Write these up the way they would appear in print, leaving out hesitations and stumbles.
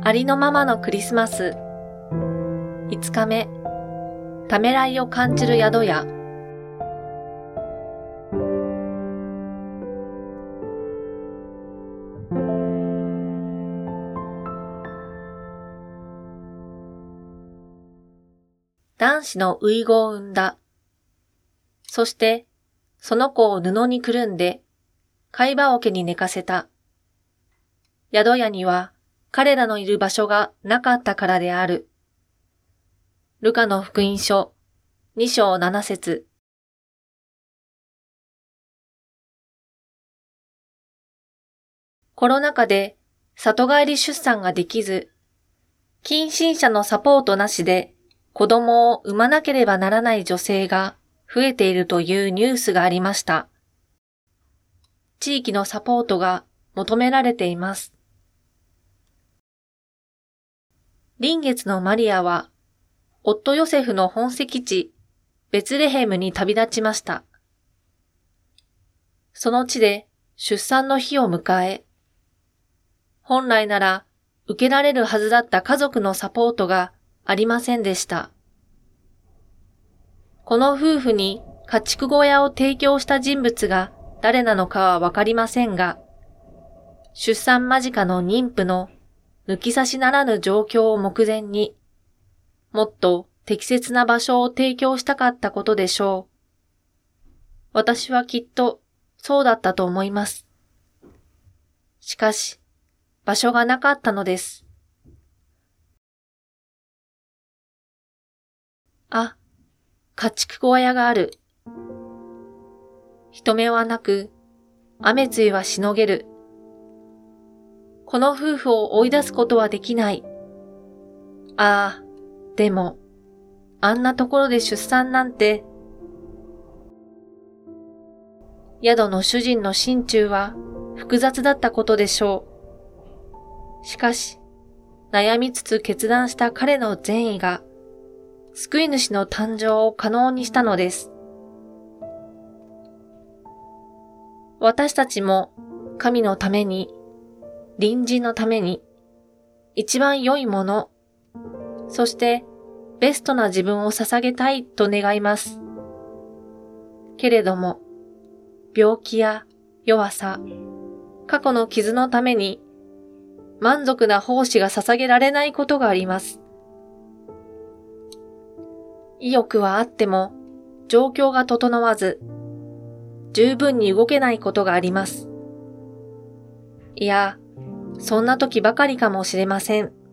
ありのままのクリスマス。5日目、ためらいを感じる宿屋。男子の遺語を産んだ。そして、その子を布にくるんで、貝羽桶に寝かせた。宿屋には彼らのいる場所がなかったからである。ルカの福音書2章7節。コロナ禍で里帰り出産ができず、近親者のサポートなしで子供を産まなければならない女性が増えているというニュースがありました。地域のサポートが求められています。臨月のマリアは、夫ヨセフの本籍地、ベツレヘムに旅立ちました。その地で出産の日を迎え、本来なら受けられるはずだった家族のサポートがありませんでした。この夫婦に家畜小屋を提供した人物が誰なのかはわかりませんが、出産間近の妊婦の抜き差しならぬ状況を目前に、もっと適切な場所を提供したかったことでしょう。私はきっとそうだったと思います。しかし、場所がなかったのです。あ、家畜小屋がある。人目はなく、雨露はしのげる。この夫婦を追い出すことはできない。ああ、でも、あんなところで出産なんて。宿の主人の心中は複雑だったことでしょう。しかし、悩みつつ決断した彼の善意が、救い主の誕生を可能にしたのです。私たちも神のために、隣人のために、一番良いもの、そしてベストな自分を捧げたいと願います。けれども、病気や弱さ、過去の傷のために満足な奉仕が捧げられないことがあります。意欲はあっても状況が整わず、十分に動けないことがあります。いや、そんな時ばかりかもしれません。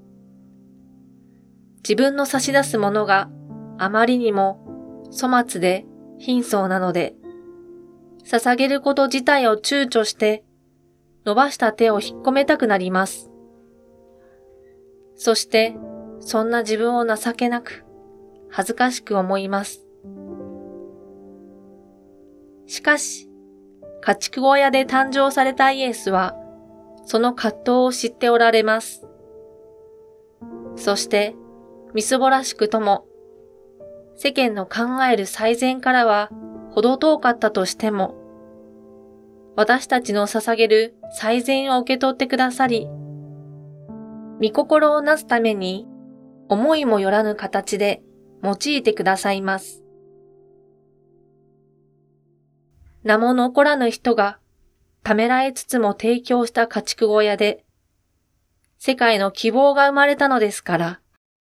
自分の差し出すものがあまりにも粗末で貧相なので、捧げること自体を躊躇して伸ばした手を引っ込めたくなります。そしてそんな自分を情けなく、恥ずかしく思います。しかし、家畜小屋で誕生されたイエスは、その葛藤を知っておられます。そして、みすぼらしくとも、世間の考える最善からは程遠かったとしても、私たちの捧げる最善を受け取ってくださり、御心をなすために、思いもよらぬ形で用いてくださいます。名も残らぬ人が、ためらいつつも提供した家畜小屋で、世界の希望が生まれたのですから。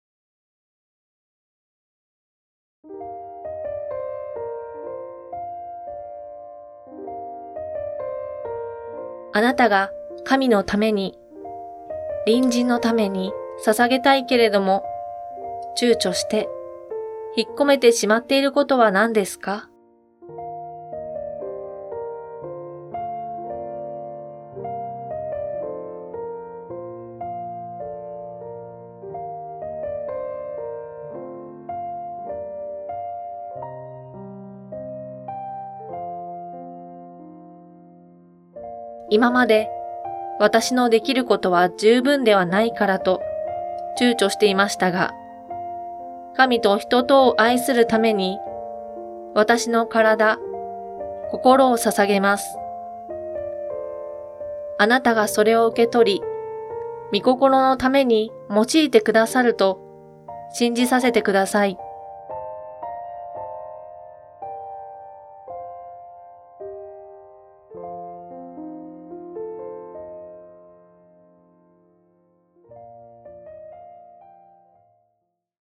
あなたが神のために、隣人のために捧げたいけれども、躊躇して引っ込めてしまっていることは何ですか？今まで私のできることは十分ではないからと躊躇していましたが、神と人とを愛するために私の体、心を捧げます。あなたがそれを受け取り、 御心のために用いてくださると信じさせてください。